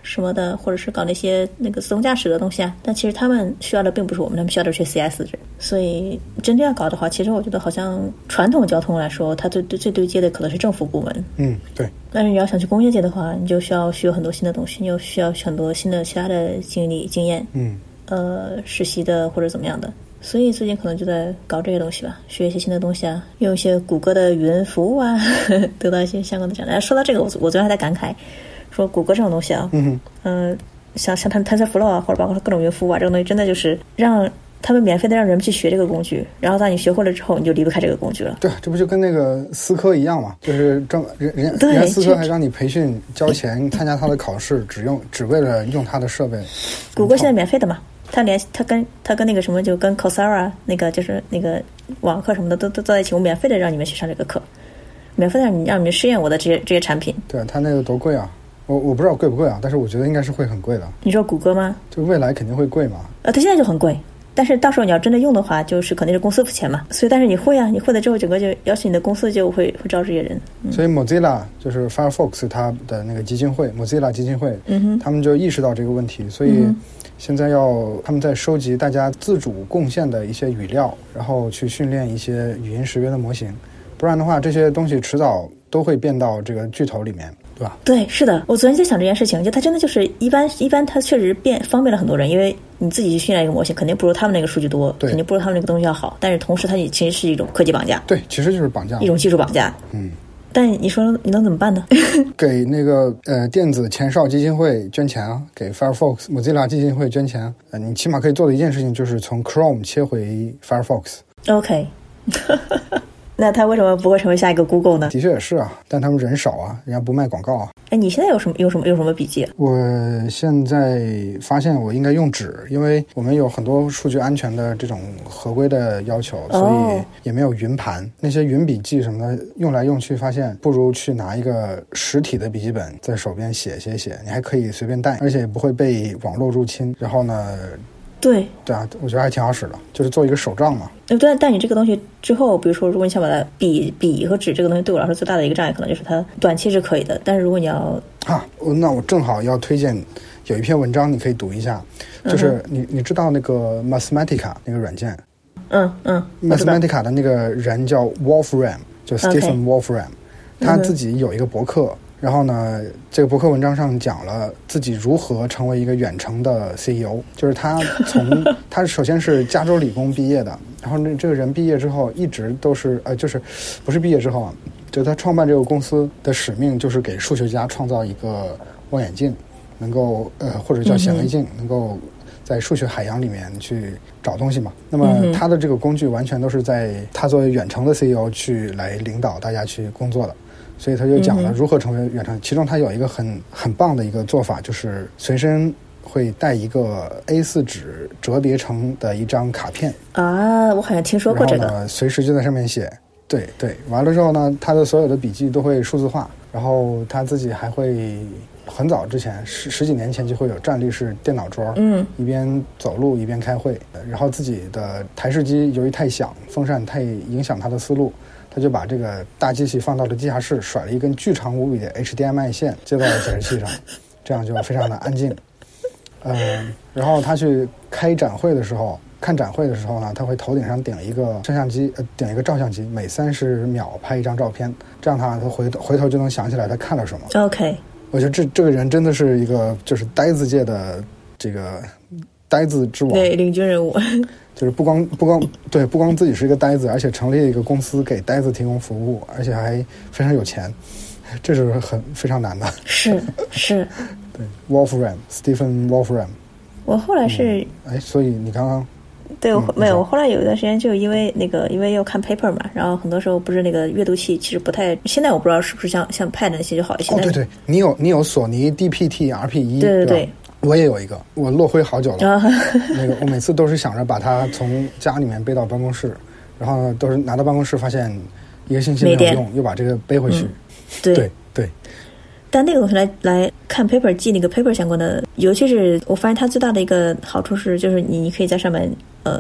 什么的，或者是搞那些那个自动驾驶的东西啊。但其实他们需要的并不是我们，他们需要的是 C S 值。所以真正要搞的话，其实我觉得好像传统交通来说，它最最最对接的可能是政府部门。 嗯，对。 但是你要想去工业界的话，你就需要学很多新的东西，你又需要很多新的其他的经历经验。 嗯。 呃，实习的或者怎么样的。所以最近可能就在搞这些东西吧，学一些新的东西啊，用一些谷歌的云服务啊，呵呵得到一些相关的奖励。说到这个，我我昨天还在感慨，说谷歌这种东西啊， 嗯嗯、呃，像像它 TensorFlow 啊，或者包括各种云服务啊，这种东西真的就是让他们免费的让人们去学这个工具，然后当你学会了之后，你就离不开这个工具了。 对，这不就跟那个思科一样嘛？就是正人人人家思科还让你培训交钱参加他的考试，只用只为了用他的设备。 谷歌现在免费的嘛？他连他跟他跟那个什么，就跟 Coursera 那个就是那个网课什么的都都在一起，我免费的让你们去上这个课，免费的让你让你们试验我的这些这些产品。 对，他那个多贵啊！我我不知道贵不贵啊，但是我觉得应该是会很贵的。 你说谷歌吗？ 就未来肯定会贵嘛。 呃，它现在就很贵，但是到时候你要真的用的话，就是肯定是公司付钱嘛。所以，但是你会啊，你会了之后，整个就要求你的公司就会会招这些人。嗯、 所以 Mozilla 就是 Firefox 它的那个基金会 Mozilla 基金会， 嗯哼， 他们就意识到这个问题，所以。嗯，现在要他们在收集大家自主贡献的一些语料，然后去训练一些语音识别的模型，不然的话这些东西迟早都会变到这个巨头里面，对吧？ 对，是的，我昨天在想这件事情，就它真的就是一般一般它确实变方便了很多人，因为你自己去训练一个模型肯定不如他们那个数据多，肯定不如他们那个东西要好，但是同时它也其实是一种科技绑架。 对，其实就是绑架， 一种技术绑架。 嗯。 但你说你能怎么办呢？ 给那个呃电子前哨基金会捐钱啊，给 Firefox Mozilla 基金会捐钱。呃，你起码可以做的一件事情就是从 Chrome 切回 Firefox。OK 那他为什么不会成为下一个 Google 呢？ 的确也是啊，但他们人少啊，人家不卖广告啊。 哎，你现在有什么有什么有什么笔记啊？ 我现在发现我应该用纸，因为我们有很多数据安全的这种合规的要求，所以也没有云盘。哦、那些云笔记什么的，用来用去发现不如去拿一个实体的笔记本在手边写写写，你还可以随便带，而且不会被网络入侵。然后呢？ 对对啊，我觉得还挺好使的，就是做一个手账嘛。 对，但你这个东西之后，比如说，如果你想把它笔笔和纸这个东西，对我来说最大的一个障碍，可能就是它短期是可以的，但是如果你要啊，那我正好要推荐有一篇文章，你可以读一下，就是你、嗯、你知道那个 Mathematica 那个软件， 嗯嗯 ，Mathematica 的那个人叫 Wolfram， 就 Stephen Wolfram，、okay. 他自己有一个博客。嗯，然后呢，这个博客文章上讲了自己如何成为一个远程的 C E O， 就是他从他首先是加州理工毕业的，然后这个人毕业之后一直都是呃，就是不是毕业之后啊，就他创办这个公司的使命就是给数学家创造一个望远镜，能够呃或者叫显微镜，能够在数学海洋里面去找东西嘛。那么他的这个工具完全都是在他作为远程的 C E O 去来领导大家去工作的。所以他就讲了如何成为远程、嗯、其中他有一个很很棒的一个做法，就是随身会带一个 A 四 纸折叠成的一张卡片啊，我好像听说过这个。 然后呢，随时就在上面写，对对，完了之后呢，他的所有的笔记都会数字化，然后他自己还会很早之前十十几年前就会有站立式电脑桌， 嗯， 一边走路一边开会，然后自己的台式机由于太响，风扇太影响他的思路。他就把这个大机器放到了地下室，甩了一根巨长无比的 H D M I 线接到了显示器上，这样就非常的安静。嗯、呃，然后他去开展会的时候，看展会的时候呢，他会头顶上顶一个摄像机，呃，顶一个照相机，每三十秒拍一张照片，这样他他回头回头就能想起来他看了什么。 OK， 我觉得这这个人真的是一个就是呆子界的这个呆子之王， 对，领军人物。 就是不光不光对不光自己是一个呆子，而且成立了一个公司给呆子提供服务，而且还非常有钱，这是很非常难的。 是是， 对 ，Wolfram Stephen Wolfram。 我后来是哎、嗯，所以你刚刚对我、 嗯、 没有，我后来有一段时间就因为那个因为要看 paper 嘛，然后很多时候不是那个阅读器其实不太，现在我不知道是不是像像 Pad 那些就好一些。 哦，对对，你有你有索尼 D P T R P 一， 对对对。 我也有一个，我落灰好久了。 啊、 那个我每次都是想着把它从家里面背到办公室，然后都是拿到办公室发现一个星期没有用，又把这个背回去。 嗯、对对对。 但那个东西来来看 paper 记那个 paper 相关的，尤其是我发现它最大的一个好处是，就是你你可以在上面呃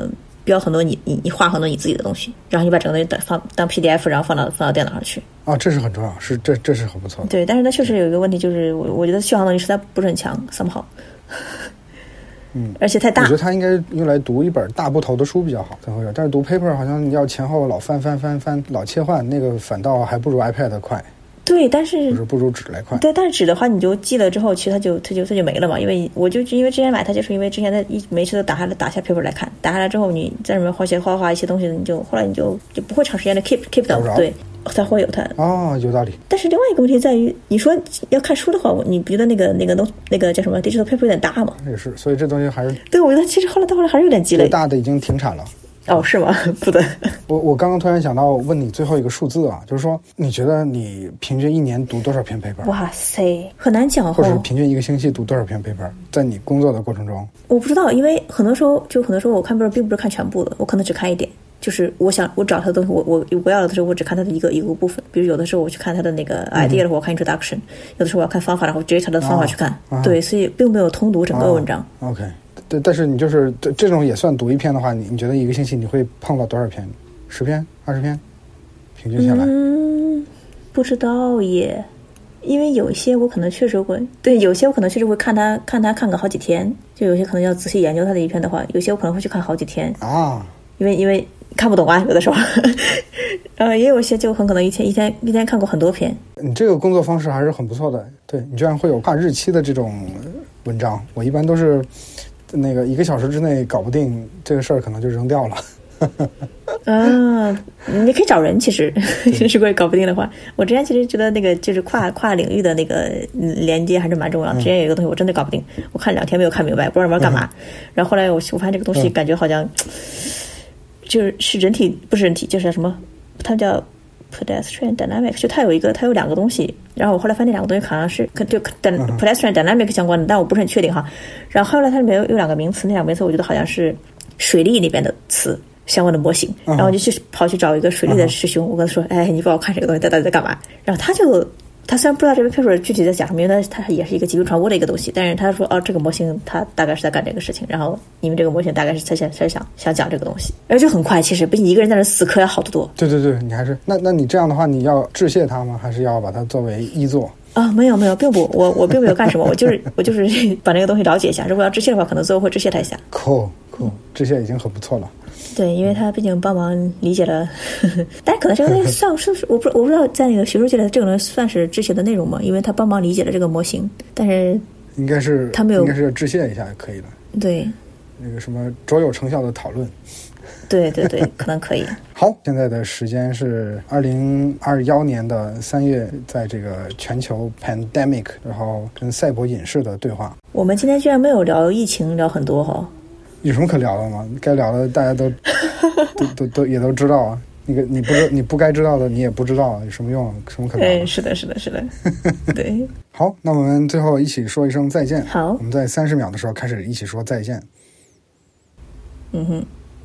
标很多你你你画很多你自己的东西，然后你把整个东西放当 P D F， 然后放到放到电脑上去。 啊，这是很重要，是这这是很不错的。 对，但是它确实有一个问题，就是我我觉得续航能力实在不是很强 ，somehow。 嗯， 而且太大。 我觉得它应该用来读一本大部头的书比较好才会有，但是读 paper 好像你要前后老翻翻翻翻，老切换，那个反倒还不如 iPad 快。 对，但是就是不如纸来快。 对，但是纸的话，你就记了之后，其实它就它就它就没了嘛。因为我就因为之前买它，就是因为之前它一每次都打下来打下 paper 来看，打下来之后，你在里面画些画画一些东西，你就后来你就就不会长时间的 keep keep 到，对，才会有它。 哦，有道理。 但是另外一个问题在于，你说要看书的话，你不觉得那个那个那个叫什么 digital paper 有点大吗？ 也是，所以这东西还是对，我觉得其实后来到后来还是有点积累。 大的已经停产了。 哦，是吗？不对， 我我刚刚突然想到问你最后一个数字啊，就是说你觉得你平均一年读多少篇 paper？ 哇塞，很难讲哦。 或者是平均一个星期读多少篇 paper？ 在你工作的过程中？ 我不知道，因为很多时候就很多时候我看 paper 并不是看全部的，我可能只看一点。就是我想我找他的东西，我我我要的时候，我只看他的一个一个部分。比如有的时候我去看他的那个 idea 的话，我看 introduction；、嗯、有的时候我要看方法，然后直接他的方法去看。 啊、 对，所以并没有通读整个文章。 啊、OK。对，但是你就是这种也算读一篇的话，你你觉得一个星期你会碰到多少篇？十篇、二十篇，平均下来？ 嗯，不知道耶，因为有一些我可能确实会，对，有些我可能确实会看他看他看个好几天，就有些可能要仔细研究他的一篇的话，有些我可能会去看好几天啊， 因为因为看不懂啊，有的时候，呃，也有一些就很可能一天一天一天看过很多篇。 你这个工作方式还是很不错的，对你居然会有跨日期的这种文章，我一般都是。那个一个小时之内搞不定这个事儿，可能就扔掉了。 啊，你可以找人。其实，如果搞不定的话，我之前其实觉得那个就是跨跨领域的那个连接还是蛮重要的。之前有一个东西我真的搞不定，我看两天没有看明白，不知道要干嘛。嗯、然后后来我我发现这个东西感觉好像、嗯、就是是人体不是人体，就是什么，它叫 pedestrian dynamic， 就它有一个它有两个东西。然后我后来发现那两个东西好像是就 pedestrian dynamic 相关的，但我不是很确定哈。然后后来它里面有有两个名词，那两个名词我觉得好像是水利那边的词相关的模型，然后我就去跑去找一个水利的师兄，我跟他说，哎，你帮我看这个东西，到底在干嘛？然后他就他虽然不知道这个 paper 具体在讲什么，因为他他也是一个疾病传播的一个东西，但是他说哦，这个模型他大概是在干这个事情，然后你们这个模型大概是他想他想想讲这个东西，而且就很快，其实比你一个人在那死磕要好得多。 对对对，你还是那那你这样的话，你要致谢他吗？还是要把它作为一作？ 啊，没有没有，并不，我我并没有干什么，我就是我就是把那个东西了解一下。如果要致谢的话，可能最后会致谢他一下。 cool cool， 致谢已经很不错了。 对，因为他毕竟帮忙理解了，呵呵但是可能这个东西算是我不我不知道在那个学术界的这个东西算是致谢的内容吗？因为他帮忙理解了这个模型，但是应该是他没有， 应该是要致谢一下可以了。 对， 那个什么卓有成效的讨论。 对对对，可能可以。 好，现在的时间是二零二一年的三月，在这个全球 pandemic， 然后跟赛博隐士的对话。 我们今天居然没有聊疫情，聊很多哈。 有什么可聊的吗？该聊的大家都都都都也都知道啊。那个你不你不该知道的你也不知道，有什么用？什么可聊的？ 对，是的，是的，是的。对。 好，那我们最后一起说一声再见。 好， 我们在三十秒的时候开始一起说再见。 嗯哼。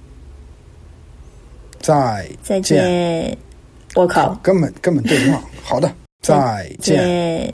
再再见。我靠， 根本根本对不上。好的，再见。